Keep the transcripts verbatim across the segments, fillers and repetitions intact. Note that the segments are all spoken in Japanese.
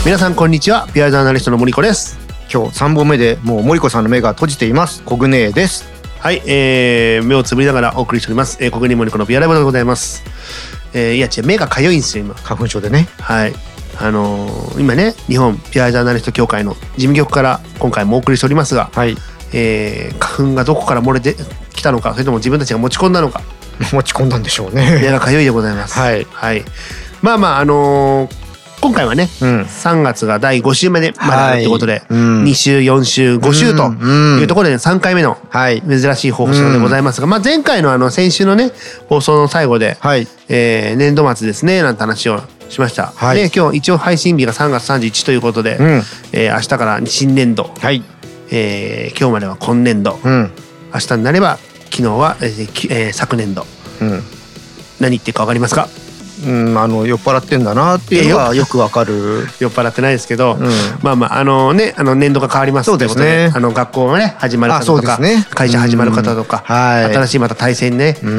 皆さんこんにちは。ビアジャーナリストの森子です。 今日さんぼんめでもう森子さんの目が閉じています。コグネです。 はい、えー、目をつぶりながらお送りしております、えー、コグネ森子のビアライブでございます。えー、いや違う、目がかゆいんですよ今。 花粉症でね。 はい、あのー、今ね日本ビアジャーナリスト協会の事務局から今回もお送りしておりますが、はい、えー、花粉がどこから漏れてきたのか、それとも自分たちが持ち込んだのか。 持ち込んだんでしょうね。 目がかゆいでございます。はい、はい、まあまああのー今回はね、うん、さんがつがだいご週目でまだあるってことで、はい、うん、に週よん週ご週というところでさんかいめの珍しい放送でございますが、まあ、前回のあの先週のね放送の最後で、はい、えー、年度末ですねなんて話をしました、はい、で今日一応配信日がさんがつさんじゅういちということで、うん、えー、明日から新年度、はい、えー、今日までは今年度、うん、明日になれば昨日は、えーえー、昨年度、うん、何言ってるか分かりますか？ うん、あの酔っ払ってんだなっていうのがよくわかる。 酔っ払ってないですけど、うん、まあまああのね、あの年度が変わりますってことで、あの学校がね始まる方とか、ね、会社始まる方とか、はい、新しいまた体制にね。うん。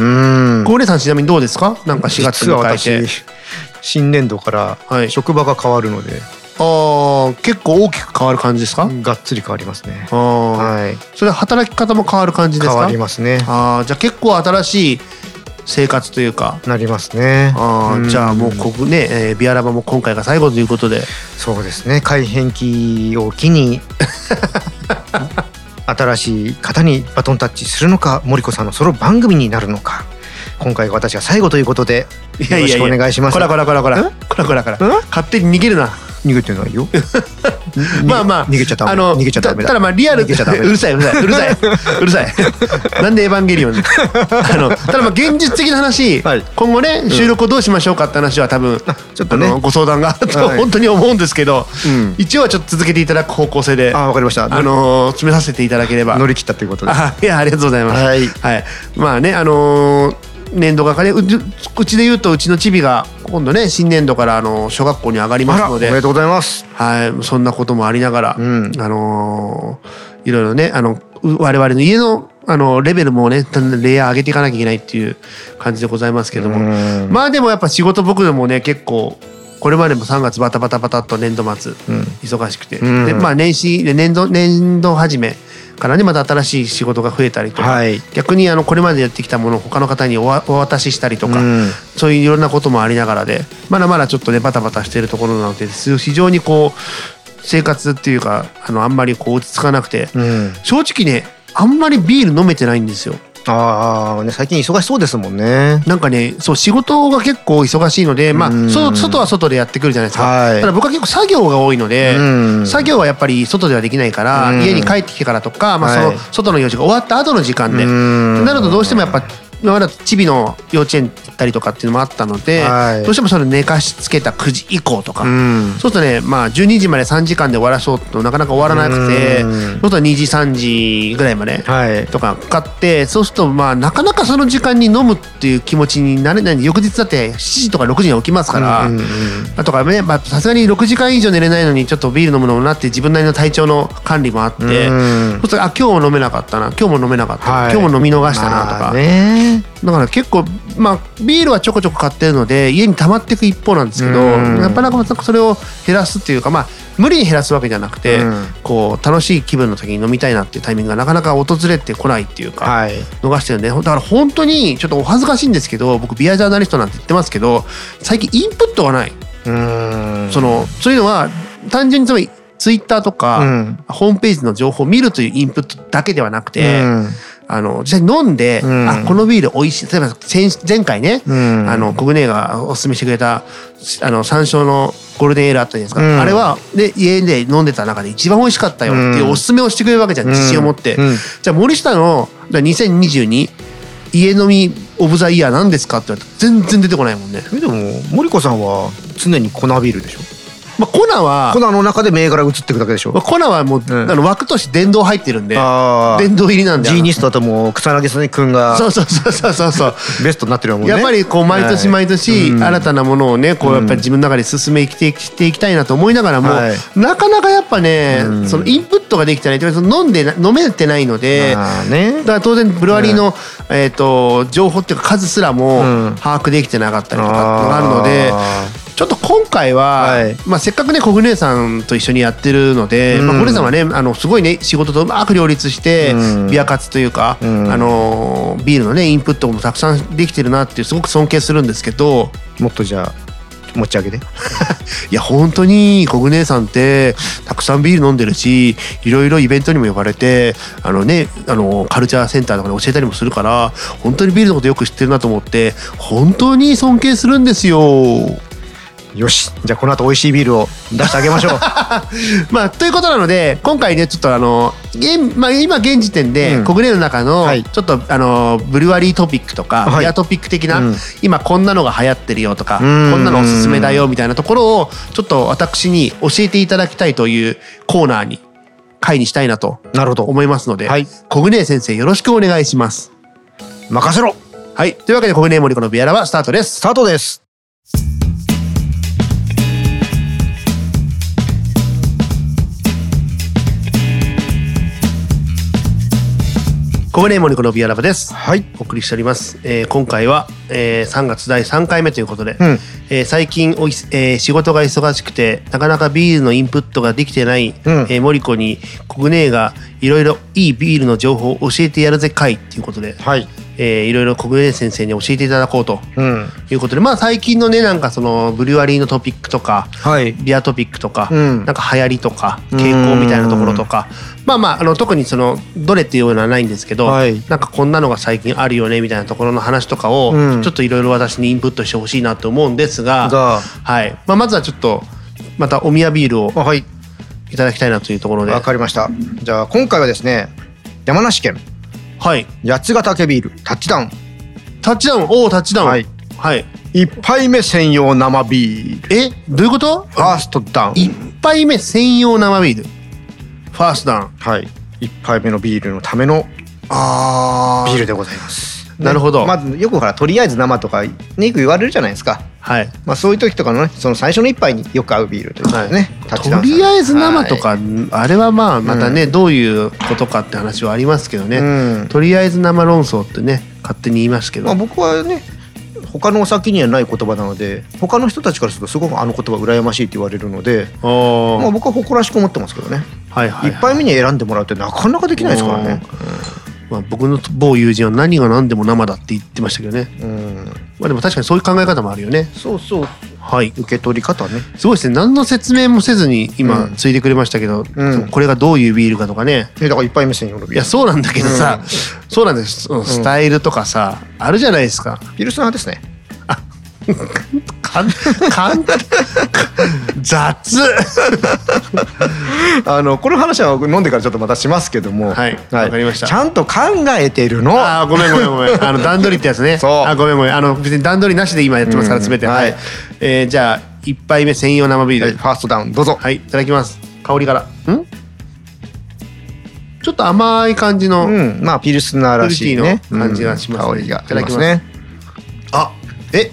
小暮さんちなみにどうですか？なんかしがつに迎えて新年度から職場が変わるので、はい、 ああ結構大きく変わる感じですか？ がっつり変わりますね。 あ、はい。それは働き方も変わる感じですか？ 変わりますね。 ああ、じゃあ結構新しい生活というかなりますね。 あ、うん、じゃあもうここね、えー、ビアラバも今回が最後ということで。 そうですね。改変期を機に新しい方にバトンタッチするのか、森子さんのソロ番組になるのか、今回が私が最後ということでよろしくお願いします。 こらこらこらこらこらこらこら勝手に逃げるな。 逃げてないよ。 まあまあ逃げちゃダメ。 あの逃げちゃダメだ。 ただまあリアルうるさいうるさいうるさいうるさいうるさい。なんでエヴァンゲリオンで。あのただまあ現実的な話、はい、今後ね収録をどうしましょうかって話は多分ちょっとねご相談があると本当に思うんですけど、うん、一応はちょっと続けていただく方向性で、 あ、わかりました。 あの詰めさせていただければ。 乗り切ったということです。 あ、いやありがとうございます。はい、はい、まあねあのー。年度がかね、うちで言うとうちのチビが今度ね新年度からあの小学校に上がりますので、 おめでとうございます。 はい、そんなこともありながら、うん、あのー、いろいろねあの我々の家のあのレベルもねレイヤー上げていかなきゃいけないっていう感じでございますけども、まあでもやっぱ仕事僕でもね結構これまでもさんがつバタバタバタっと年度末、うん、忙しくて、うん、でまあ年始年度年度始めからねまた新しい仕事が増えたりとか、はい、逆にあのこれまでやってきたものを他の方にお渡ししたりとか、うん、そういういろんなこともありながらでまだまだちょっとねバタバタしているところなので非常にこう生活っていうかあのあんまりこう落ち着かなくて、うん、正直ねあんまりビール飲めてないんですよ。 ああ、ね、最近忙しそうですもんね。 なんかね、そう仕事が結構忙しいので、まあそ外は外でやってくるじゃないですか。はい、ただ僕は結構作業が多いので、作業はやっぱり外ではできないから、家に帰ってきてからとか、まあその外の用事が終わった後の時間で、なるとどうしてもやっぱ今までチビの幼稚園行ったりとかっていうのもあったので、はい、どうしてもそれ寝かしつけたくじ以降とか、うん、そうするとね、まあ、じゅうにじまでさんじかんで終わらそうとなかなか終わらなくて、そうするとにじさんじぐらいまでとかかかって、はい、そうするとまあなかなかその時間に飲むっていう気持ちになれないんで、翌日だってしちじとかろくじに起きますから、あとかねさすがにろくじかん以上寝れないのにちょっとビール飲むのもなって自分なりの体調の管理もあって、そうするとあ今日も飲めなかったな今日も飲めなかった、はい、今日も飲み逃したなとか。まあね、だから結構まあビールはちょこちょこ買ってるので家に溜まっていく一方なんですけど、やっぱなんかそれを減らすっていうか、まあ無理に減らすわけじゃなくて、こう楽しい気分の時に飲みたいなっていうタイミングがなかなか訪れてこないっていうか、逃してるんで、だから本当にちょっとお恥ずかしいんですけど、僕ビアジャーナリストなんて言ってますけど最近インプットがない。うーん、そのそういうのは単純につまりツイッターとか、うん、ホームページの情報を見るというインプットだけではなくて、うん、あの実際に飲んで、うん、あこのビール美味しい。例えば前前回ね、うん、あのコグネがおすすめしてくれたあの山椒のゴールデンエールあったじゃないですか、うん、あれはで家で飲んでた中で一番美味しかったよっていうおすすめをしてくれるわけじゃん、自信を持って、うんうん、じゃあ森下のにせんにじゅうに家飲みオブザイヤーなんですかって言われたら全然出てこないもんね。 でも森子さんは常に粉ビールでしょ。 まあ、粉は粉の中で銘柄移っていくだけでしょ。 まあ、粉はもう、うん、あの枠として電動入ってるんで電動入りなんで G ニストとも草薙くんがそうそうそうそうそうそうベストになってるもんね。 やっぱりこう毎年毎年新たなものをねこうやっぱり自分の中で進めていきたいなと思いながらも、はい、なかなかやっぱねそのインプットができてないというか飲んで飲めてないので、ね、だから当然ブルワリーの、うんえー、と情報っていうか数すらも把握できてなかったりとかがあるのでちょっと今回は、はい、まあ、せっかくねコグ姉さんと一緒にやってるので、うん、まあ、コグ姉さんはねあのすごいね仕事とうまく両立して、うん、ビア活というか、うん、あのビールのねインプットもたくさんできてるなっていうすごく尊敬するんですけど、 もっとじゃあ持ち上げていや本当にコグ姉さんってたくさんビール飲んでるし、いろいろイベントにも呼ばれて、あのねあのカルチャーセンターとかで教えたりもするから、本当にビールのことよく知ってるなと思って本当に尊敬するんですよ。 よし、じゃあこの後美味しいビールを出してあげましょうまあということなので、今回ねちょっとあの、まあ、今現時点でコグネの中のちょっとあのブルワリートピックとか、はい、ビアトピック的な、うん、今こんなのが流行ってるよとか、こんなのおすすめだよみたいなところをちょっと私に教えていただきたいというコーナーに回にしたいなと思いますので、はい、コグネ先生よろしくお願いします。 任せろ。 はい、というわけでコグネ森子のビアラはスタートです。 スタートです。 コグネ森子のビアラバです。 はい、 お送りしております。えー、今回は、えー、さんがつだいさんかいめということで、うん、えー、最近おい、えー、仕事が忙しくてなかなかビールのインプットができてない、うん、えー、森子にコグネがいろいろいいビールの情報を教えてやるぜ会ということで、はい、えー、いろいろコグネ先生に教えていただこうということで、うん、まあ最近のねなんかそのブリュワリーのトピックとか、はい、ビアトピックとか、うん、なんか流行りとか傾向みたいなところとか、まあまああの特にそのどれっていうのはないんですけど、はい、なんかこんなのが最近あるよねみたいなところの話とかをちょっといろいろ私にインプットしてほしいなと思うんですが、うん、はい、まあ、まずはちょっとまたお宮ビールをいただきたいなというところで。 わかりました。じゃあ今回はですね、山梨県、はい、八ヶ岳ビールタッチダウン。 タッチダウン、おおタッチダウン、はい、はい、 一杯目専用生ビール。 え、どういうこと？ ファーストダウン。 一杯目専用生ビール。ファーストダウン。 はい。一杯目のビールのためのあビールでございます。 なるほど。 まずよくほらとりあえず生とかねよく言われるじゃないですか。はい。まあそういう時とかのねその最初の一杯によく合うビールということでね。 はい、とりあえず生とか、はい、あれはまあまたね、うん、どういうことかって話はありますけどね。うん、とりあえず生論争ってね勝手に言いますけど。 まあ僕はね他のお酒にはない言葉なので他の人たちからするとすごくあの言葉羨ましいって言われるので、まあ僕は誇らしく思ってますけどね。はいはいはい、一杯目に選んでもらうってなかなかできないですからね。 まあ、僕の某友人は何が何でも生だって言ってましたけどね。うん、まあでも確かにそういう考え方もあるよね。 そうそう。はい。受け取り方ね。 すごいですね。何の説明もせずに今ついてくれましたけど、うん、これがどういうビールかとかね。 えだからいっぱい目線よるビール。 いやそうなんだけどさ、うん、そうなんです。スタイルとかさ、うん、あるじゃないですか。 ピルスナーですね。あ、 かんかん雑あのこの話は飲んでからちょっとまたしますけども、 はい、わ、はい、かりました。 ちゃんと考えてるの。 あ、ごめんごめんごめん。あの段取りってやつね。そう。あ、ごめんごめん。あの別に段取りなしで今やってますからすべて。はい。えー、じゃあ一杯目専用生ビール、はい、 ファーストダウンどうぞ。 はい、いただきます。香りから。ん？ちょっと甘い感じの、 うん、まあピルスナーらしいね感じがします、ね。 うん、香りがいただきますね。 あ、え、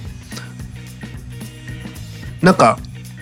なんか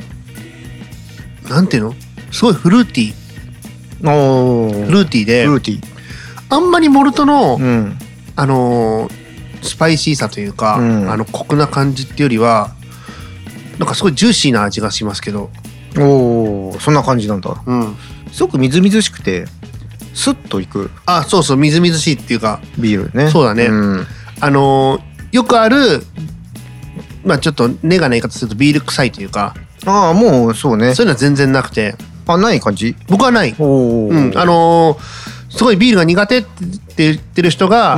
なんていうの？すごいフルーティー。おー、フルーティーで、 フルーティー。 あんまりモルトの、うん、あのー、スパイシーさというか、うん、あのコクな感じっていうよりはなんかすごいジューシーな味がしますけど。 おー、そんな感じなんだ。うん。すごくみずみずしくてスッといく。 あ、そうそう、みずみずしいっていうかビールね。 そうだね。うん、あのー、よくある、まあちょっとネガな言い方するとビール臭いというか。 ああ、もうそうね。 そういうのは全然なくて。 あ、ない感じ？ 僕はない。お、うん、あのー、すごいビールが苦手って言ってる人が、うん、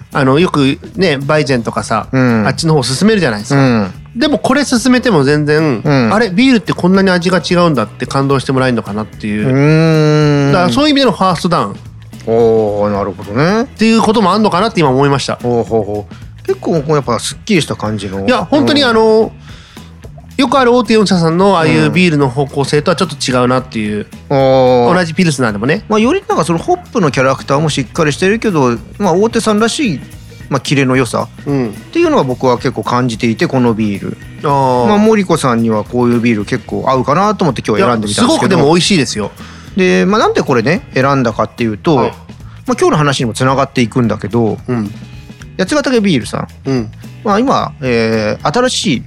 あのよくねバイゼンとかさ、うん、あっちの方勧めるじゃないですか。うん、でもこれ勧めても全然、うん、あれビールってこんなに味が違うんだって感動してもらえるのかなっていう。うーん、だからそういう意味でのファーストダウン。 おー、なるほどね。 っていうこともあんのかなって今思いました。 ほうほうほう。結構やっぱすっきりした感じの。 いや本当にあの。よくある大手よん社さんのああいうビールの方向性とはちょっと違うなっていう、うん、同じピルスナーでもね、 まあ、よりなんかそのホップのキャラクターもしっかりしてるけど、まあ、大手さんらしい、まあ、キレの良さっていうのが僕は結構感じていて、このビール、あ、まあ、森子さんにはこういうビール結構合うかなと思って今日選んでみたんですけど、 すごくでも美味しいですよ。 で、まあ、なんでこれね選んだかっていうと、はい、まあ、今日の話にもつながっていくんだけど、うん、八ヶ岳ビールさん、うん、まあ、今、えー、新しい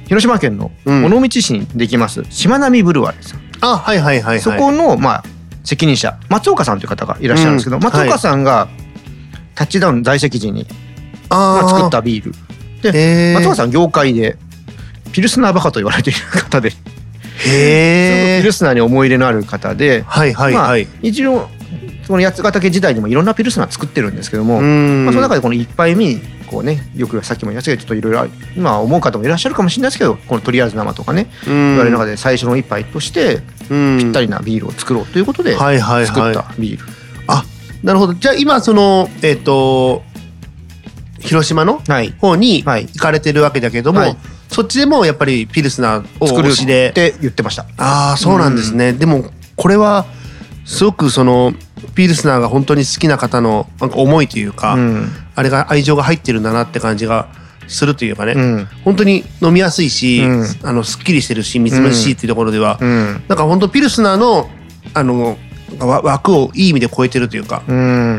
広島県の尾道市にできますしまなみブルワリーさん、 あ、はいはいはいはい、 そこのまあ責任者松岡さんという方がいらっしゃるんですけど、うん、松岡さんがタッチダウン在籍時に、まあ、作ったビールで、松岡さん業界でピルスナーバカと言われている方で、へピルスナーに思い入れのある方で、はいはいはい、まあ、一応この八ヶ岳時代にもいろんなピルスナー作ってるんですけども、まあ、その中でこの一杯目にこうね、よくさっきも言いましたけどちょっといろいろ今思う方もいらっしゃるかもしれないですけど、このとりあえず生とかね言われる中で最初の一杯としてぴったりなビールを作ろうということで作ったビール。 あ、なるほど。じゃあ今そのえっと広島の方に行かれてるわけだけども、はいはい、そっちでもやっぱりピルスナーを作るって言ってました。 ああ、そうなんですね。でもこれはすごくそのピルスナーが本当に好きな方のなんか思いというか、うん、あれが愛情が入ってるんだなって感じがするというかね、うん、本当に飲みやすいし、うん、あのすっきりしてるしみずみずしいっていうところでは、うん、なんか本当ピルスナーのあの枠をいい意味で超えてるというか、うんうん、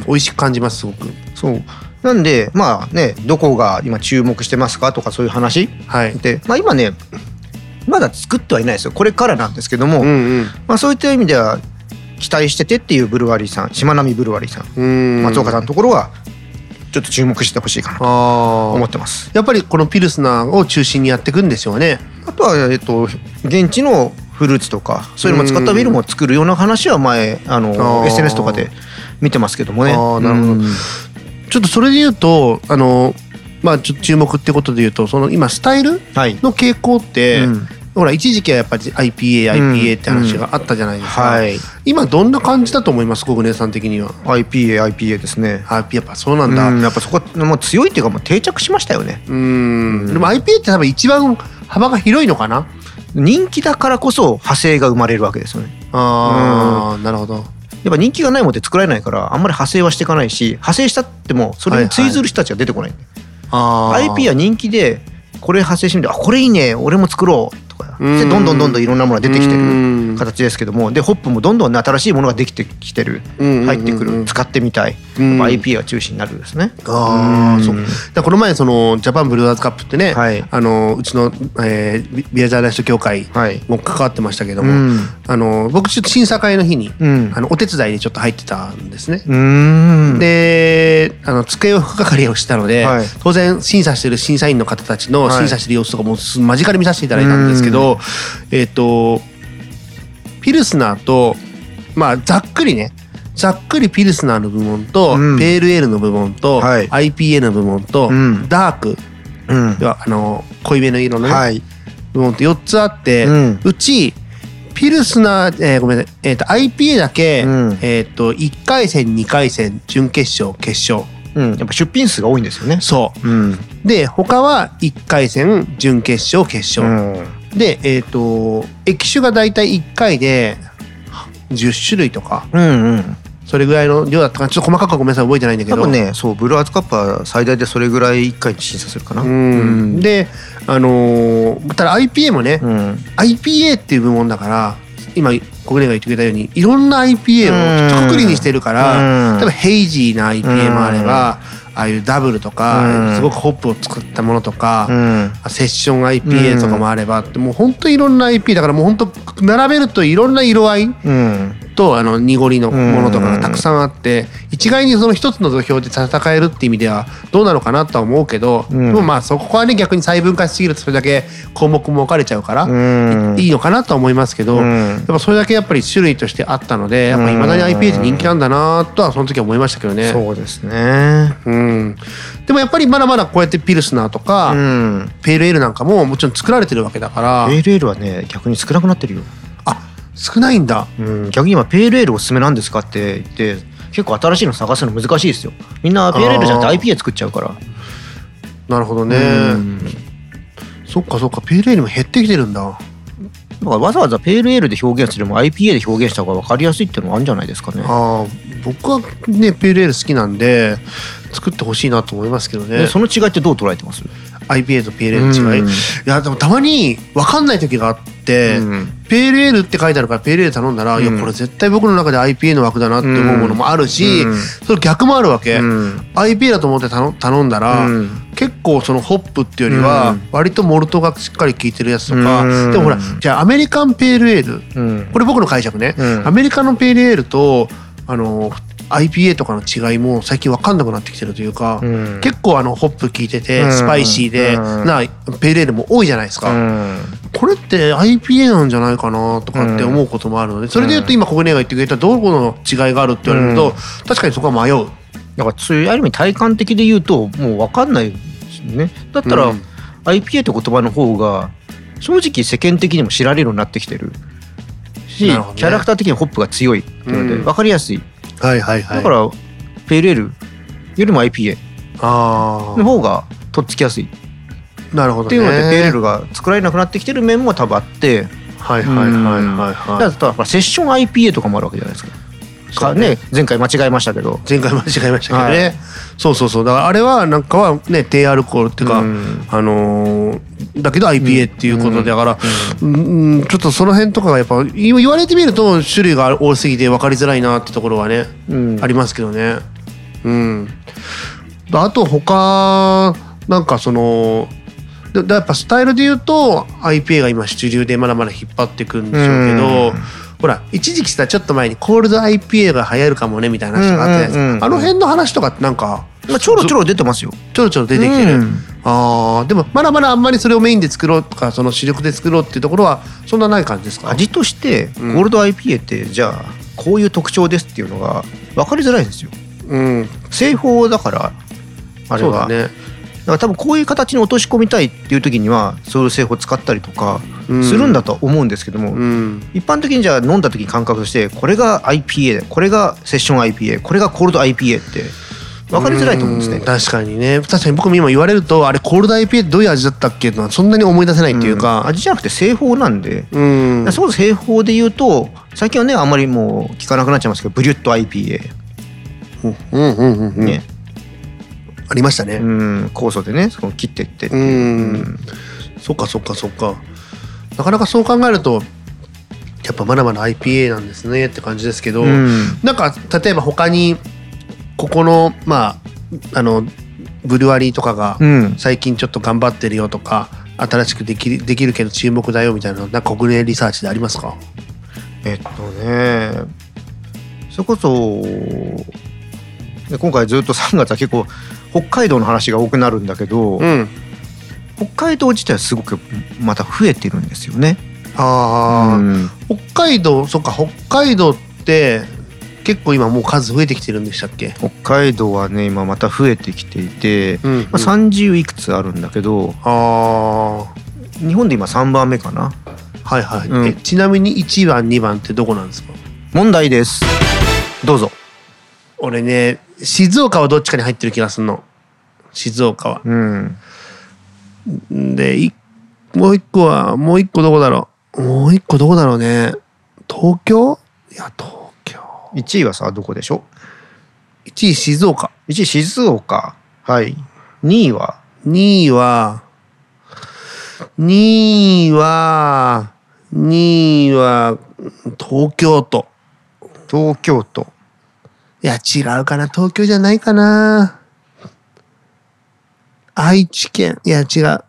美味しく感じますすごく。 そうなんでまあね、どこが今注目してますかとかそういう話、はい、で、まあ、今ねまだ作ってはいないですよ、これからなんですけども、うんうん、まあ、そういった意味では期待しててっていうブルワリーさん、しまなみブルワリーさん、ん松岡さんのところはちょっと注目してほしいかなと思ってます。 やっぱりこのピルスナーを中心にやっていくんでしょうね。 あとは、えっと、現地のフルーツとかそういうのも使ったビールも作るような話は前あの エスエヌエス とかで見てますけどもね。あ、なるほど。 ちょっとそれで言うとあの、まあ、ちょっと注目ってことで言うとその今スタイルの傾向って、はい、うん、ほら一時期はやっぱり アイピーエー、アイピーエー って話があったじゃないですか、うんうん、はい、今どんな感じだと思います小舟さん的には。 アイピーエー、アイピーエー ですね。 やっぱそうなんだ、うん、 やっぱそこはもう強いっていうかもう定着しましたよね。 うん、うん、でも アイピーエー って多分一番幅が広いのかな。 人気だからこそ派生が生まれるわけですよね。 ああ、なるほど。 やっぱ人気がないものって作られないからあんまり派生はしていかないし、派生したってもそれに追ずる人たちが出てこない、はいはい、アイピー は人気でこれ派生してみて、あ、これいいね、俺も作ろうとかでどんどんどんどんいろんなものが出てきてる形ですけども、でホップもどんどん新しいものができてきてる、入ってくる、使ってみたい、アイピーエー が中心になるんですね。 ああ、そう。だこの前そのジャパンブルワーズカップってね、はい、あのうちの、えー、ビアジャーナリスト協会も関わってましたけども、はい、あの僕ちょっと審査会の日に、うん、あのお手伝いでちょっと入ってたんですね。うん、であの机を係をしたので、はい、当然審査してる審査員の方たちの審査してる様子とかも間近で見させていただいたんですけど、はい、えっとピルスナーとまあざっくりねざっくりピルスナーの部門と、うん、ペールエールの部門と、はい、アイピーエー の部門と、うん、ダーク、うん、あの濃いめの色のね、はい、部門ってよっつあって、うん、うちピルスナー、えー、ごめんなさい、えー、と アイピーエー だけ、うん、えー、といっかい戦にかい戦準決勝決勝、 うん、やっぱ出品数が多いんですよね。 そう、うん、で他はいっかい戦準決勝決勝、うん、でえっ、ー、と液種がだいたいいっかいでじゅっしゅるいとか、うんうん、それぐらいの量だったかな、ちょっと細かくはごめんなさい覚えてないんだけど、 多分ね、そうブルワーズカップは最大でそれぐらいいっかいに審査するかな。うん、 うん、であのー、ただ アイピーエー もね、うん、アイピーエー っていう部門だから今小暮が言ってくれたようにいろんな アイピーエー をくくりにしてるから、うん、例えばヘイジーな アイピーエー もあれば、うん、ああいうダブルとか、うん、すごくホップを作ったものとか、うん、セッション アイピーエー とかもあれば、うん、もう本当にいろんな アイピー だからもう本当並べるといろんな色合い、うん、とあの濁りのものとかがたくさんあって、うん、一概にその一つの土俵で戦えるっていう意味ではどうなのかなとは思うけど、うん、でもまあそこはね逆に細分化しすぎるとそれだけ項目も分かれちゃうから、うん、いいのかなとは思いますけど、うん、やっぱそれだけやっぱり種類としてあったのでやっぱ未だに アイピーエー って人気なんだなとはその時は思いましたけどね。 そうですね、 うん、でもやっぱりまだまだこうやってピルスナーとか、うん、ペールエールなんかももちろん作られてるわけだから。 ペールエールはね逆に少なくなってるよ。 あ、少ないんだ、 うん、逆に今ペールエールおすすめなんですかって言って結構新しいの探すの難しいですよ。みんなペールエールじゃなくて アイピーエー 作っちゃうから。 なるほどね、うん、そっかそっか、ペールエールも減ってきてるんだ。だからわざわざペールエールで表現するよりも アイピーエー で表現した方が分かりやすいっていうのがあるんじゃないですかね。あ、 僕はねペールエール好きなんで作ってほしいなと思いますけどね。 その違いってどう捉えてます？ アイピーエー と ピーエルエー の違い、いやでもたまに分かんない時があって、うん、 ペールエールって書いてあるからペールエール頼んだら、うん、いやこれ絶対僕の中で アイピーエー の枠だなって思うものもあるし、うん、それ逆もあるわけ、うん、アイピーエー だと思って頼頼んだら、うん、結構そのホップっていうよりは割とモルトがしっかり効いてるやつとか、うん、でもほらじゃあアメリカンペールエール、うん、これ僕の解釈ね、うん、アメリカのペールエールとあのアイピーエー とかの違いも最近分かんなくなってきてるというか、うん、結構あのホップ効いててスパイシーでなペールエールも多いじゃないですか、うん、これって アイピーエー なんじゃないかなとかって思うこともあるので、それでいうと今国根が言ってくれたどこの違いがあるって言われると、うん、確かにそこは迷う。 だからそういうある意味体感的で言うともう分かんないですね。だったら、うん、アイピーエー って言葉の方が正直世間的にも知られるようになってきてるし、ね、キャラクター的にホップが強いっていうので分かりやすい、うんはいはいはい、 だからペールエールよりも アイピーエー の方がとっつきやすい。 なるほどね。 っていうのでペールエールが作られなくなってきてる面も多分あって、 はいはいはいはいはい。 だからセッション アイピーエー とかもあるわけじゃないですか。かね、前回間違えましたけど前回間違えましたけどね、はい、そうそうそう。だからあれはなんかはね低アルコールっていうか、うん、あのー、だけど アイピーエー っていうことだから、うんうん、ちょっとその辺とかがやっぱ言われてみると種類が多すぎて分かりづらいなってところはね、うん、ありますけどね。うん。あと他なんかそのやっぱスタイルで言うと アイピーエー が今主流でまだまだ引っ張っていくんでしょうけど、うん、ほら一時期さちょっと前にコールド アイピーエー が流行るかもねみたいな話があったじゃないですか、うんうんうんうん、あの辺の話とかってなんかちょろちょろ出てますよ。 ちょろちょろ出てきてる、うん、あでもまだまだあんまりそれをメインで作ろうとかその主力で作ろうっていうところはそんなない感じですか？ 味としてコールド アイピーエー ってじゃあこういう特徴ですっていうのが分かりづらいですよ、うん、製法だからあれはそうだね。だから多分こういう形に落とし込みたいっていう時にはそういう製法を使ったりとかするんだとは思うんですけども、うん、一般的にじゃあ飲んだ時に感覚としてこれが アイピーエー でこれがセッション アイピーエー これがコールド アイピーエー って分かりづらいと思うんですね。 確かにね。確かに僕も今言われるとあれコールド アイピーエー ってどういう味だったっけってのはそんなに思い出せないっていうか、 うん、味じゃなくて製法なんで、うん、そう製法で言うと最近はねあんまりもう聞かなくなっちゃいますけどブリュット アイピーエー、うんうんうんうん、ねありましたね。うん、 酵素でねその切っていってっていう、 うん、そっかそっかそっか。なかなかそう考えるとやっぱまだまだ アイピーエー なんですねって感じですけど、うん、なんか例えば他にここのまああのブルワリーとかが最近ちょっと頑張ってるよとか、うん、新しくできるできるけど注目だよみたいななんか国内リサーチでありますか？ えっとねそれこそ今回ずっとさんがつは結構北海道の話が多くなるんだけど、うん、北海道自体はすごくまた増えてるんですよね。 あ、うん、北海道そっか北海道って結構今もう数増えてきてるんでしたっけ？ 北海道はね今また増えてきていて、うんうんまあ、さんじゅういくつあるんだけどあ日本で今さんばんめかな。 はいはい、うん、えちなみにいちばんにばんってどこなんですか？ 問題です。どうぞ。 俺ね静岡はどっちかに入ってる気がするの。静岡は、うん、でいもう一個はもう一個どこだろうもう一個どこだろうね。東京いや東京いちいはさどこでしょ？ いちい静岡。 いちい静岡。はい。にいはにいはにいはにいは東京都。 東京都。 いや違うかな東京じゃないかな。愛知県いや違う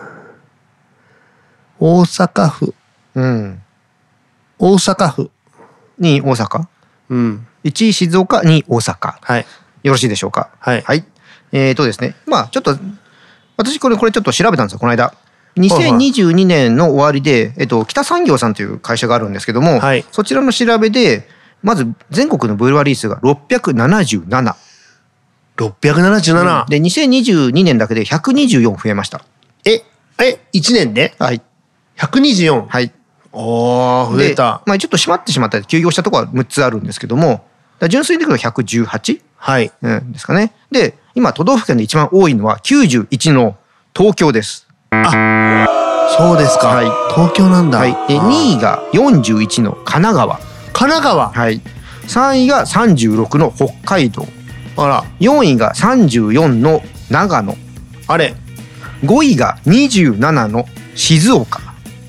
大阪府。うん大阪府。 にい大阪。うんいちい静岡にい大阪。はいよろしいでしょうか。はい、はい、えーとですねまあちょっと私これこれちょっと調べたんですよこの間。にせんにじゅうにねんの終わりで、えっと、北産業さんという会社があるんですけども、はい、そちらの調べでまず全国のブルワリー数がろっぴゃくななじゅうなな。 ろっぴゃくななじゅうなな、うん、 でにせんにじゅうにねんだけでひゃくにじゅうよん増えました。 ええいちねんではいひゃくにじゅうよん。 はいおー増えた。 まあ、ちょっと閉まってしまったり休業したところはむっつあるんですけども純粋にいくとひゃくじゅうはち、はいうん、ですかね。で今都道府県で一番多いのはきゅうじゅういちの東京です。 あそうですか、はい、東京なんだ、はい、 でにいがよんじゅういちの神奈川。 神奈川、 はい、さんいがさんじゅうろくの北海道。あらよんいがさんじゅうよんの長野。 あれごいがにじゅうななの静岡。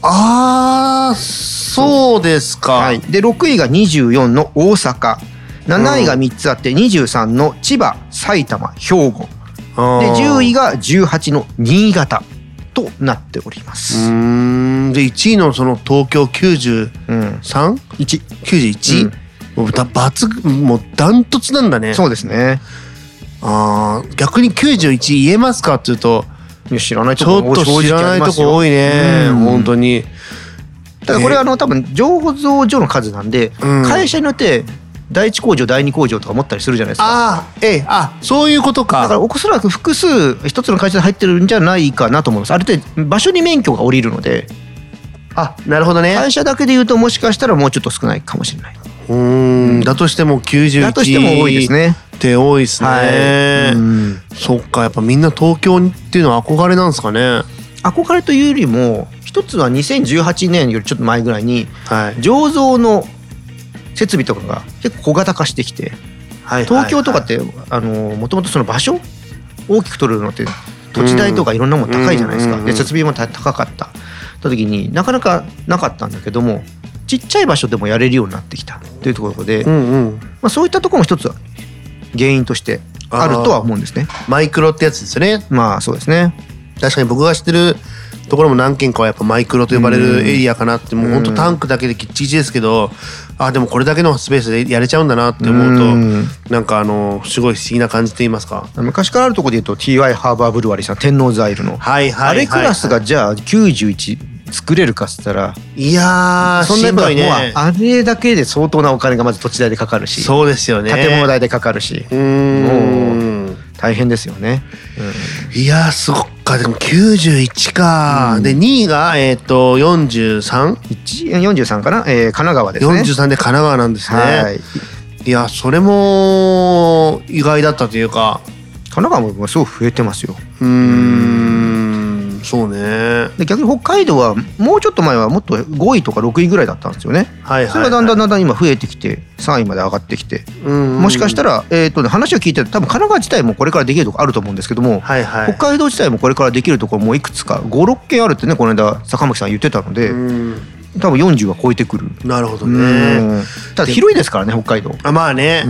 ああ、そうですか。 はい、でろくいがにじゅうよんの大阪、なないがみっつあってにじゅうさんの千葉、埼玉、兵庫でじゅういがじゅうはちの新潟となっております。 うーん、でいちいのその東京きゅうじゅうさん、 いち、 きゅうじゅういち、うん、もうだ抜群、もうダントツなんだね。 そうですね。 ああ、逆にきゅうじゅういち言えますかっていうと、 いや知らないとこちょっと知らないとこ多いね、うん、本当に。 ただこれはあの多分醸造所の数なんで、うん、会社によって第一工場第二工場とか持ったりするじゃないですか。 ああ、ええ、あ、そういうことか。 だからおそらく複数一つの会社で入ってるんじゃないかなと思います。ある程度場所に免許が下りるので。 あ、なるほどね。 会社だけで言うともしかしたらもうちょっと少ないかもしれない。 うーん、だとしてもきゅうじゅういちだとしても多いですね。 って多いですね、はい、うん、そっか、やっぱみんな東京っていうのは憧れなんですかね。 憧れというよりも一つはにせんじゅうはちねんよりちょっと前ぐらいに、はい、醸造の設備とかが結構小型化してきて、はい、東京とかってもともとその場所大きく取るのって土地代とかいろんなもの高いじゃないですか、うん、で設備も高かった時になかなかなかったんだけども、ちっちゃい場所でもやれるようになってきたというところで、うんうん、まあ、そういったところも一つは原因としてあるとは思うんですね。 マイクロってやつですよね。 まあそうですね。 確かに僕が知ってるところも何軒かはやっぱマイクロと呼ばれるエリアかなって、もう本当タンクだけでキッチキチですけど、あ、でもこれだけのスペースでやれちゃうんだなって思うと、なんかあのすごい不思議な感じと言いますか。 昔からあるところで言うと ティーワイ ハーバーブルワリーさん、天王ザイルの、はいはいはいはい、あれクラスがじゃあきゅうじゅういち作れるかっつったら、 いやーそんなしんどいね。あれだけで相当なお金がまず土地代でかかるし、 そうですよね、 建物代でかかるし、うーん、もう大変ですよね、 うん、いやー、そっか。でもきゅうじゅういちか、うん、でにいがえっ、ー、とよんじゅうさん、 よんじゅうさんかな、えー、神奈川ですね。 よんじゅうさんで神奈川なんですね、はい、いやそれも意外だったというか、 神奈川もすごく増えてますよ。 うーん、そうね。 で逆に北海道はもうちょっと前はもっとごいとかろくいぐらいだったんですよね、はいはいはい、それがだんだんだんだん今増えてきてさんいまで上がってきて、うんうん、もしかしたら、えーとね、話を聞いてると多分神奈川自体もこれからできるところあると思うんですけども、はいはい、北海道自体もこれからできるところもいくつかごろっけんあるってね、この間坂巻さん言ってたので、うん、多分よんじゅうは超えてくる。 なるほどね。 ただ広いですからね、北海道。 あ、まあね、うん、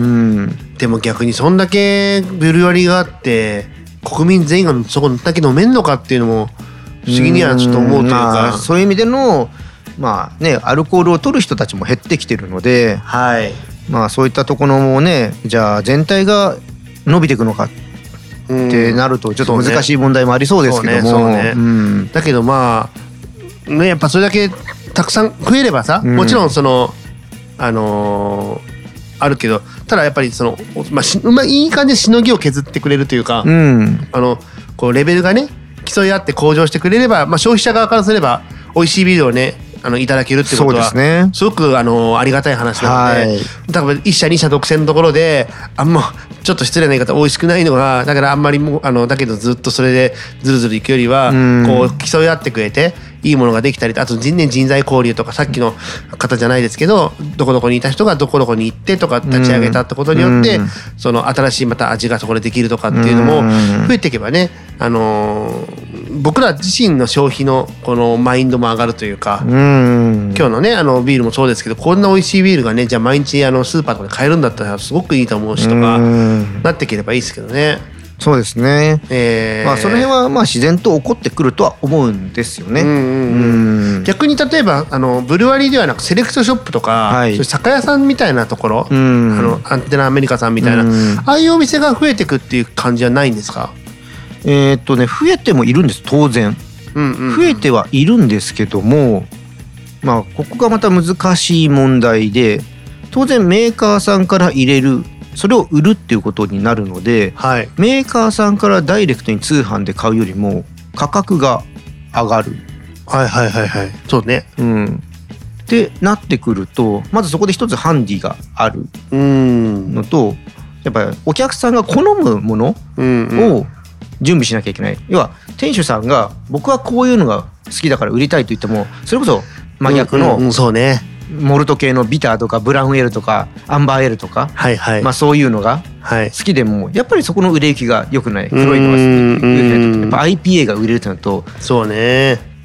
でも逆にそんだけブルワリがあって国民全員がそこだけ飲めんのかっていうのも不思議にはちょっと思うというか、まあ、そういう意味でのまあね、アルコールを取る人たちも減ってきてるので、はい、まあそういったところもね、じゃあ全体が伸びていくのかってなるとちょっと難しい問題もありそうですけども、そうね、そうね、うん、 だけどまあね、やっぱそれだけたくさん増えればさ、うん、もちろんそのあのー、あるけど、ただやっぱりその、まあしまあ、いい感じでしのぎを削ってくれるというか、うん、あのこうレベルがね競い合って向上してくれれば、まあ、消費者側からすれば美味しいビールをねあのいただけるってことはす、ね、すごくあのありがたい話なので、はい、多分一社二社独占のところであんまちょっと失礼な言い方美味しくないのが、だからあんまりもあのだけどずっとそれでずるずるいくよりは、こう競い合ってくれていいものができたり、あと人年人材交流とかさっきの方じゃないですけど、どこどこにいた人がどこどこに行ってとか立ち上げたってことによって、その新しいまた味がそこでできるとかっていうのも増えていけばね、あのー、僕ら自身の消費のこのマインドも上がるというか、今日のねあのビールもそうですけど、こんな美味しいビールがねじゃあ毎日あのスーパーとかで買えるんだったらすごくいいと思うしとかなっていければいいですけどね。 そうですね、えーまあ、その辺はまあ自然と起こってくるとは思うんですよね。うんうんうん、 逆に例えばあのブルワリーではなくセレクトショップとか、はい、そういう酒屋さんみたいなところ、うん、あのアンテナアメリカさんみたいな、うん、ああいうお店が増えてくっていう感じはないんですか？ えー、っとね増えてもいるんです、当然、うんうんうん、増えてはいるんですけども、まあここがまた難しい問題で、当然メーカーさんから入れる、それを売るっていうことになるので、はい、メーカーさんからダイレクトに通販で買うよりも価格が上がる。 はいはいはいはい。そうね。 うん。ってなってくると、まずそこで一つハンディがあるのと、やっぱりお客さんが好むものを準備しなきゃいけない。要は店主さんが僕はこういうのが好きだから売りたいと言っても、それこそ真逆の、うんうん、そうね。モルト系のビターとかブラウンエールとかアンバーエールとか、はいはい、まあそういうのが好きでも、やっぱりそこの売れ行きが良くない、黒いのが好き、やっぱ アイピーエー が売れるとなると、 そうね、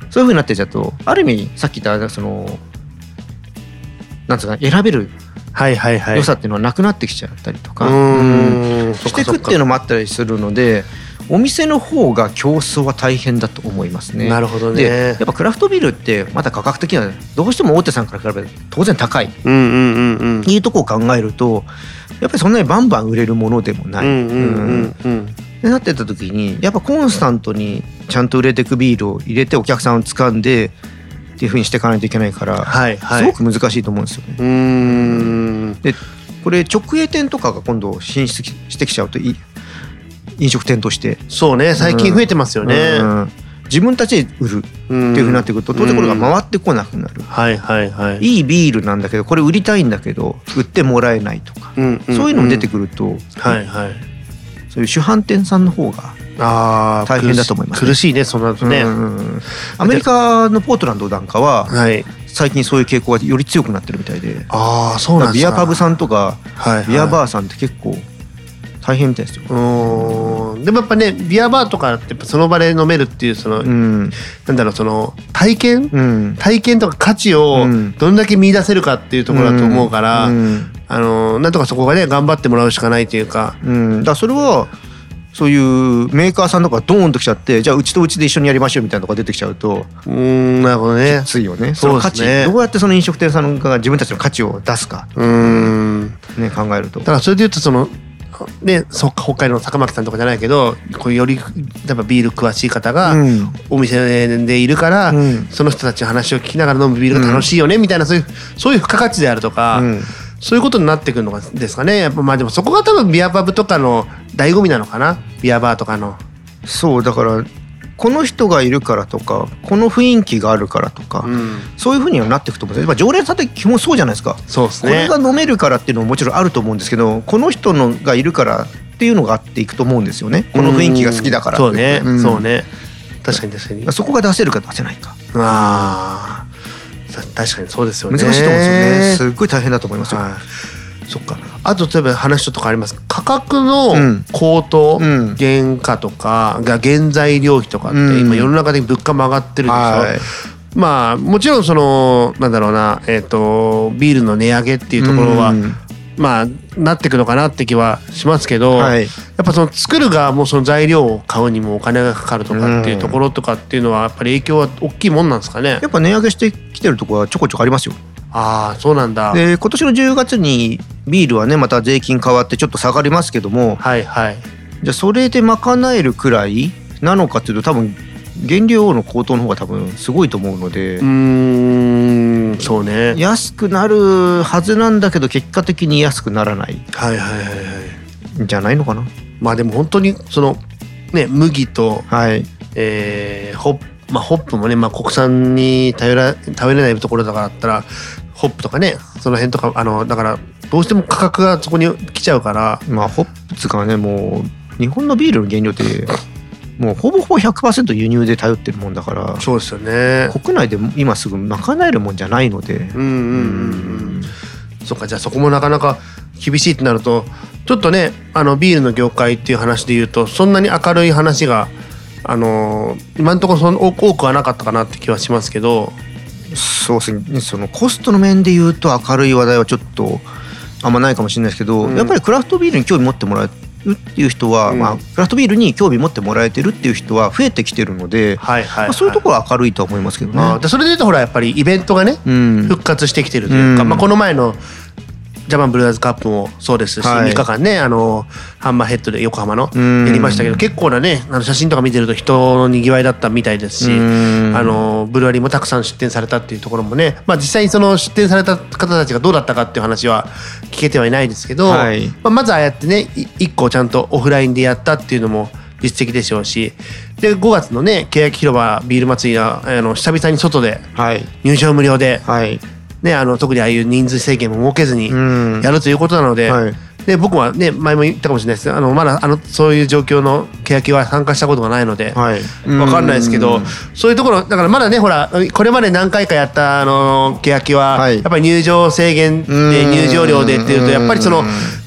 そういう風になってちゃうとある意味さっき言ったそのなんつうか選べる良さっていうのはなくなってきちゃったりとか、うん、していくっていうのもあったりするので、お店の方が競争は大変だと思いますね。 なるほどね。 でやっぱクラフトビールってまた価格的にはどうしても大手さんから比べると当然高い、うんうんうんうん、いうとこを考えるとやっぱりそんなにバンバン売れるものでもない、うんうんうんうん、ってなってた時にやっぱコンスタントにちゃんと売れていくビールを入れてお客さんを掴んでっていう風にしていかないといけないから、はいはい、すごく難しいと思うんですよね。うーんでこれ直営店とかが今度進出してきちゃうといい飲食店としてそうね最近増えてますよね、うんうん、 自分たちで売るっていう風になってくると当然これが回ってこなくなる、はいはいはい、いいビールなんだけどこれ売りたいんだけど売ってもらえないとか、うんうんうん、そういうのも出てくると、はいはい、そういう主販店さんの方があ大変だと思います、 ね、苦しいねそんなのね、うんうん、 アメリカのポートランドなんかは、はい、最近そういう傾向がより強くなってるみたいで、あそうなんですか。ビアパブさんとか、はいはい、ビアバーさんって結構大変みたいですよ。 うんでもやっぱねビアバーとかってその場で飲めるっていうその、うん、なんだろうその体験、うん、体験とか価値をどんだけ見出せるかっていうところだと思うから、うんうん、あのなんとかそこがね頑張ってもらうしかないというか、 うん、だからそれはそういうメーカーさんとかドーンときちゃってじゃあうちとうちで一緒にやりましょうみたいなのが出てきちゃうとうーんなるほどねきついよね。その価値、そうですね、どうやってその飲食店さんが自分たちの価値を出すかうーん、ね、考えるとだからそれでいうとそのね、そっか北海道の坂巻さんとかじゃないけどこうよりやっぱビール詳しい方がお店でいるから、うん、その人たちの話を聞きながら飲むビールが楽しいよねみたいなそういうそういう付加価値であるとか、うん、そういうことになってくるのですかね。やっぱまあでもそこが多分ビアパブとかの醍醐味なのかなビアバーとかの。 そうだからこの人がいるからとかこの雰囲気があるからとか、うん、そういう風にはなっていくと思うんですよ。常連さんって基本そうじゃないですか。 そうですね。 これが飲めるからっていうのももちろんあると思うんですけどこの人のがいるからっていうのがあっていくと思うんですよね。この雰囲気が好きだからって。 そうね、うん、そうね確かに確かにそこが出せるか出せないかあ確かにそうですよね。 難しいと思うんですよね。すっごい大変だと思いますよ、はいそっか。あと例えば話とかあります。価格の高騰、うん、原価とかが原材料費とかって今世の中で物価も上がってるでしょ、はい、まあもちろんそのなんだろうな、えーと、ビールの値上げっていうところは、うん、まあなっていくのかなって気はしますけど、はい、やっぱその作る側もその材料を買うにもお金がかかるとかっていうところとかっていうのはやっぱり影響は大きいもんなんですかね。 やっぱ値上げしてきてるところはちょこちょこありますよ。 ああそうなんだ。 で今年のじゅうがつにビールはねまた税金変わってちょっと下がりますけども、はいはい、じゃあそれで賄えるくらいなのかっていうと多分原料の高騰の方が多分すごいと思うのでうーんそうね安くなるはずなんだけど結果的に安くならないはいはいはいはいじゃないのかな。 まあでも本当にそのね麦と、 はいえー、ホップまあ、ホップもね、まあ、国産に頼ら頼れないところだからだったらホップとかねその辺とかあのだからどうしても価格がそこに来ちゃうからまあホップつかねもう日本のビールの原料ってもうほぼほぼ ひゃくパーセント 輸入で頼ってるもんだからそうですよね。 国内で今すぐ賄えるもんじゃないのでうんうんうんうんそっか。じゃあそこもなかなか厳しいってなるとちょっとねあのビールの業界っていう話で言うとそんなに明るい話があのー、今のところその多くはなかったかなって気はしますけどそうですねそのコストの面で言うと明るい話題はちょっとあんまないかもしれないですけど、うん、やっぱりクラフトビールに興味持ってもらえるっていう人は、うんまあ、クラフトビールに興味持ってもらえてるっていう人は増えてきてるので、はいはいはいまあ、そういうところは明るいとは思いますけどね。 あでそれで言うとほらやっぱりイベントがね、うん、復活してきてるというか、うんまあ、この前のジャパンブルーアーズカップもそうですし、はい、みっかかんねあのハンマーヘッドで横浜のやりましたけど結構なねあの写真とか見てると人のにぎわいだったみたいですしあのブルワリーもたくさん出店されたっていうところもね、まあ、実際にその出店された方たちがどうだったかっていう話は聞けてはいないですけど、はいまあ、まずああやってねいっこちゃんとオフラインでやったっていうのも実績でしょうしでごがつのね欅広場ビール祭りはあの久々に外で入場無料で、はいね、あの特にああいう人数制限も設けずにやるということなので、はい、で僕はね前も言ったかもしれないですあのまだあのそういう状況の欅は参加したことがないので、はい、分かんないですけどそういうところだからまだねほらこれまで何回かやったあの欅は、はい、やっぱり入場制限で入場料でっていうとやっぱりその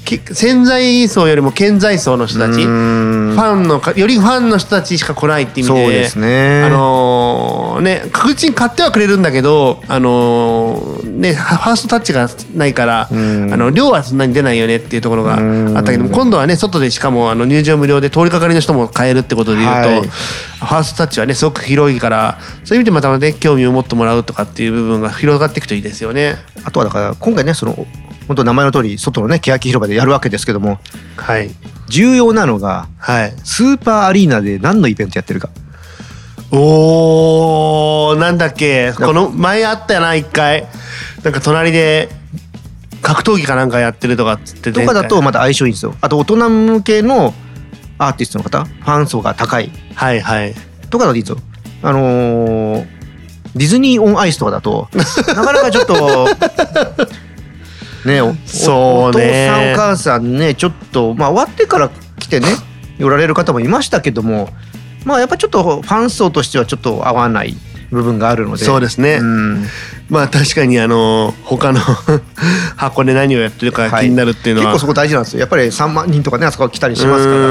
潜在層よりも顕在層の人たち、ファンのよりファンの人たちしか来ないっていう意味で、 そうですね、 あのー、ね確実に買ってはくれるんだけど、あのー、ねファーストタッチがないから、あの量はそんなに出ないよねっていうところがあったけども、今度はね外でしかもあの入場無料で通りかかりの人も買えるってことでいうと、はい、ファーストタッチはねすごく広いから、そういう意味でまたね興味を持ってもらうとかっていう部分が広がっていくといいですよね。 あとはだから今回ねその本当名前の通り外のね欅広場でやるわけですけども、 はい、 重要なのが、はい、スーパーアリーナで何のイベントやってるか。 おー、なんだっけ、この前あったよな一回、なんか隣で格闘技かなんかやってるとかっつってとかだとまた相性いいんですよ。あと大人向けのアーティストの方、ファン層が高い、 はいはい、 とかだといいんですよ。あのー、ディズニーオンアイスとかだとなかなかちょっとね、お, そうね、 お父さんお母さんねちょっと、まあ、終わってから来てね寄られる方もいましたけども、まあやっぱちょっとファン層としてはちょっと合わない部分があるので。 そうですね、うん、まあ確かにあの他の箱で何をやってるか気になるっていうのは、 はい、結構そこ大事なんですよ。やっぱりさんまんにんとかねあそこ来たりしますから。うん、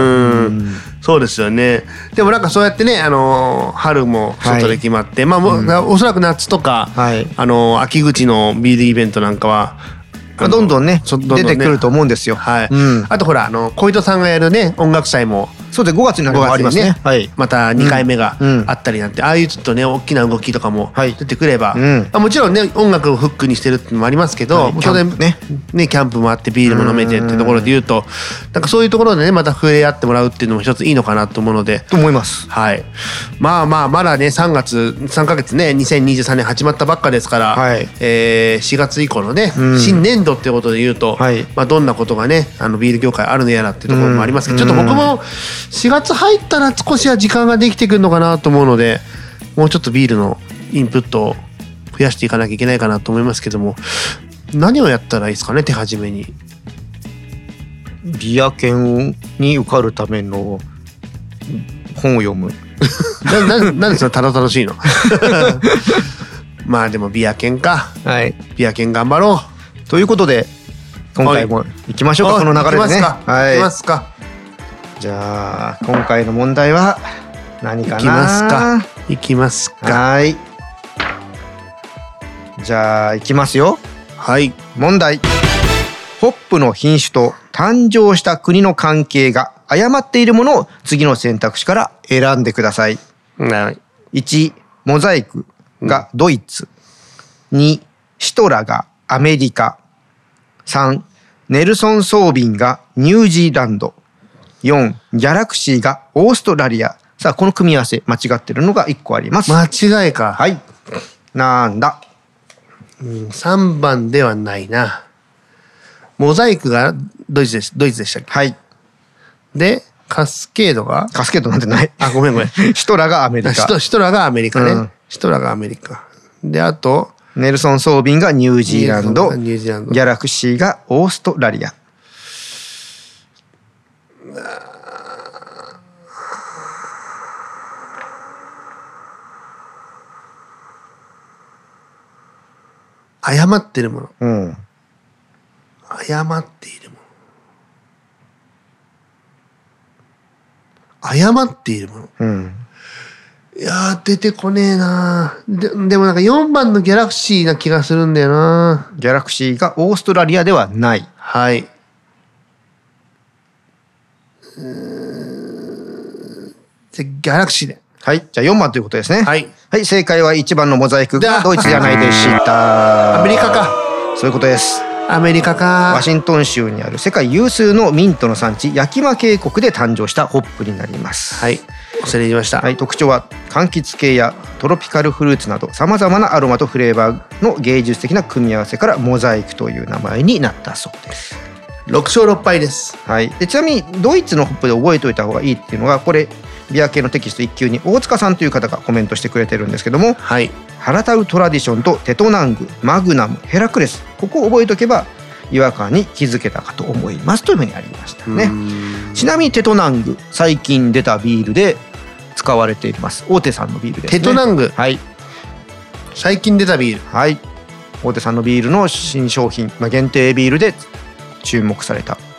そうですよね。でもなんかそうやってね、あの春も外で決まって、はい、まあもう、うん、おそらく夏とか、はい、あの秋口のビールイベントなんかはどんどんね出てくると思うんですよ。 はい。うん、あとほらあの小糸さんがやるね音楽祭もそうでごがつになるのもありますね。 はい。またにかいめがあったりなんて、うん、ああいうちょっとね大きな動きとかも出てくれば、はい、うん、もちろんね音楽をフックにしてるっていうのもありますけど、はい、当然ねねキャンプもあってビールも飲めてっていうところで言うと、なんかそういうところでねまた触れ合ってもらうっていうのも一ついいのかなと思うので。 と思います。 はい。まあまあまだねさんがつさんかげつねにせんにじゅうさんねん始まったばっかですから、はい、えー、しがつ以降のね、うん、新年度っていうことで言うと。はい、まあ、どんなことがねあのビール業界あるのやらっていうところもありますけど、ちょっと僕もしがつ入ったら少しは時間ができてくるのかなと思うので、もうちょっとビールのインプットを増やしていかなきゃいけないかなと思いますけども、何をやったらいいですかね手始めに。 ビア研に受かるための本を読むな, な, なんでそんなただ楽しいのまあでもビア研か、はい、ビア研頑張ろうということで今回も行きましょうか、はい、この流れでね。 はい、行きますか。 じゃあ今回の問題は何かな。 行きますか。行きますか。 はい。じゃあ行きますよ。 はい。 問題。ホップの品種と誕生した国の関係が誤っているものを次の選択肢から選んでください。 はい。 いち、モザイクがドイツ。うん、に、シトラがアメリカ。さん、ネルソン・ソービンがニュージーランド。よん、ギャラクシーがオーストラリア。さあ、この組み合わせ間違ってるのがいっこあります。 間違いか。 はい。なんだ。 うん、さんばんではないな。モザイクがドイツです。ドイツでしたっけ。 はい。 で、カスケードがカスケードなんてない。 あ、ごめんごめん。 シトラがアメリカ。 シト、シトラがアメリカね。うん、シトラがアメリカ。で、あと、 ネルソン・ソービンがニュージーランド。 ニュージーランド。 ギャラクシーがオーストラリア。 誤ってるもの。 うん。 誤っているもの。誤っているもの。 うん。 いやー出てこねえなで。でもなんかよんばんのギャラクシーな気がするんだよな。 ギャラクシーがオーストラリアではない。 はい。じゃギャラクシーで。 はい。じゃあよんばんということですね。 はい。 はい。正解はいちばんのモザイクがドイツじゃないでした。 アメリカか。 そういうことです。 アメリカか。 ワシントン州にある世界有数のミントの産地ヤキマ渓谷で誕生したホップになります。 はい。恐れ入りました。 はい。特徴は柑橘系やトロピカルフルーツなどさまざまなアロマとフレーバーの芸術的な組み合わせからモザイクという名前になったそうです。 ろく勝ろっ敗です。 はい。でちなみにドイツのホップで覚えておいた方がいいっていうのがこれビア系のテキストいっ級に大塚さんという方がコメントしてくれてるんですけども、 はい、 ハラタウトラディションとテトナング、マグナム、ヘラクレス、ここを覚えておけば違和感に気づけたかと思いますというふうにありましたね。ちなみにテトナング最近出たビールで使われています大手さんのビールですね。 テトナング、 はい、 最近出たビール、 はい、大手さんのビールの新商品、まあ、限定ビールで注目された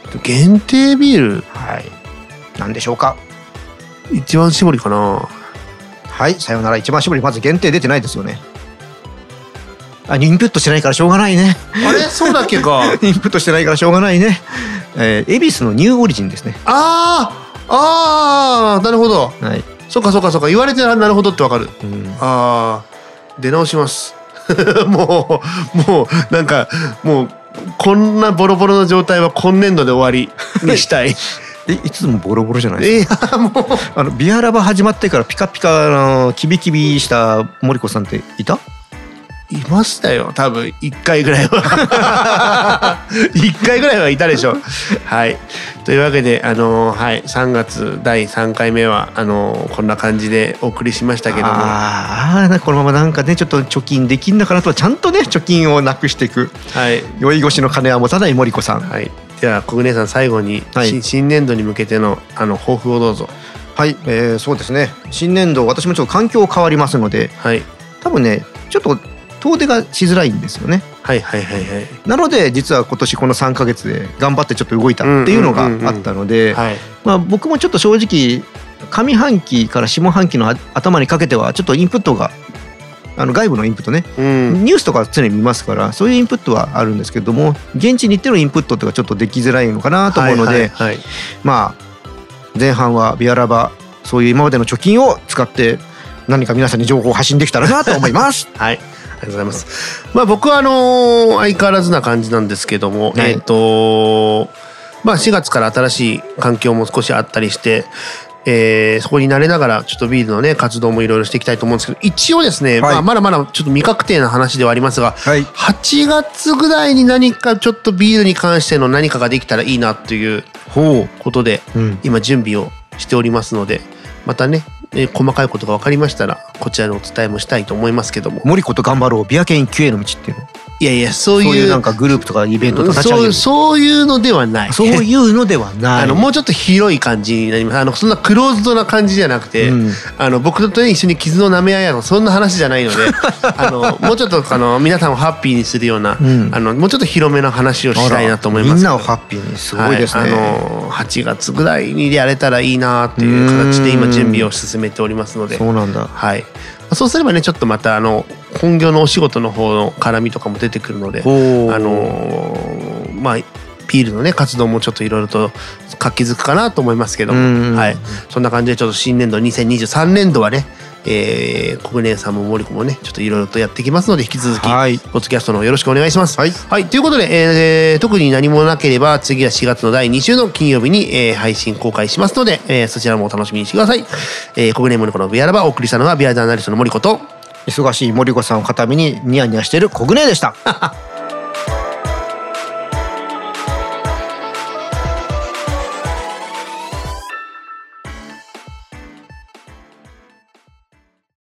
限定ビール、 はい、何でしょうか。 一番搾りかな。 はい、さよなら一番搾り、まず限定出てないですよね。あ、インプットしてないからしょうがないね。 あれそうだっけか。 インプットしてないからしょうがないね。えー、恵比寿のニューオリジンですね。 あーあー、なるほど。 はい。 そっかそっかそっか、言われてなるほどってわかる。うん、ああ、出直します。もうもうなんかもうこんなボロボロの状態は今年度で終わりにしたい。 え、いつもボロボロじゃないですか。いやもうあのビアラバ始まってからピカピカのキビキビした森子さんっていた？ いましたよ、多分いっかいぐらいはいっかいぐらいはいたでしょう。はい、というわけであのー、はいさんがつだいさんかいめはあのー、こんな感じでお送りしましたけども、 ああこのままなんかねちょっと貯金できんだからとちゃんとね貯金をなくしていく、はい、酔い越しの金は持たない森子さん。 はい、では小暮さん最後に、はい、新年度に向けてのあの抱負をどうぞ。 はい、えー、そうですね、新年度私もちょっと環境変わりますので、はい、多分ねちょっと遠出がしづらいんですよね。 はいはいはいはい。 なので実は今年このさんかげつで頑張ってちょっと動いたっていうのがあったので、まあ僕もちょっと正直上半期から下半期の頭にかけてはちょっとインプットがあの外部のインプットね、うん、ニュースとか常に見ますからそういうインプットはあるんですけども、現地に行ってのインプットとかちょっとできづらいのかなと思うので、はいはいはい、まあ前半はビアラバそういう今までの貯金を使って何か皆さんに情報を発信できたらなと思います。 はい、ありがとうございます。まあ僕はあのー、相変わらずな感じなんですけども、はい、えっとまあしがつから新しい環境も少しあったりして、えー、そこに慣れながらちょっとビールのね活動もいろいろしていきたいと思うんですけど、一応ですね、はい、まあまだまだちょっと未確定な話ではありますが、はい、はちがつぐらいに何かちょっとビールに関しての何かができたらいいなということで、うん、今準備をしておりますので、またねえー、細かいことが分かりましたらこちらのお伝えもしたいと思いますけども、 森子と頑張ろうビア研究への道っていうの、 いやいやそういう、そういうなんかグループとかイベントとか立ち上げる、 そう、そういうのではない、 そういうのではないあのもうちょっと広い感じになります。あのそんなクローズドな感じじゃなくて、うん、あの僕と、ね、一緒に傷の舐め合いやのそんな話じゃないのであのもうちょっとあの皆さんをハッピーにするような、うん、あのもうちょっと広めの話をしたいなと思います。 みんなをハッピーに、すごいですね、はい、あのはちがつぐらいにやれたらいいなっていう形で今準備を進めておりますので、 そうなんだ、 はい、そうすればねちょっとまたあの本業のお仕事の方の絡みとかも出てくるので、あのー、まあビールのね活動もちょっといろいろと活気づくかなと思いますけども、はい、そんな感じでちょっと新年度にせんにじゅうさんねんどはね、えー、小暮さんも森子もねちょっといろいろとやっていきますので、引き続き、はい、ポッドキャストのよろしくお願いします。はい、はい、ということで、えー、特に何もなければ次はしがつのだいに週の金曜日に、えー、配信公開しますので、えー、そちらもお楽しみにしてください。えー、小暮森子のビアラバお送りしたのはビアジャーナリストの森子と忙しい森子さんを片身にニヤニヤしている小暮でした。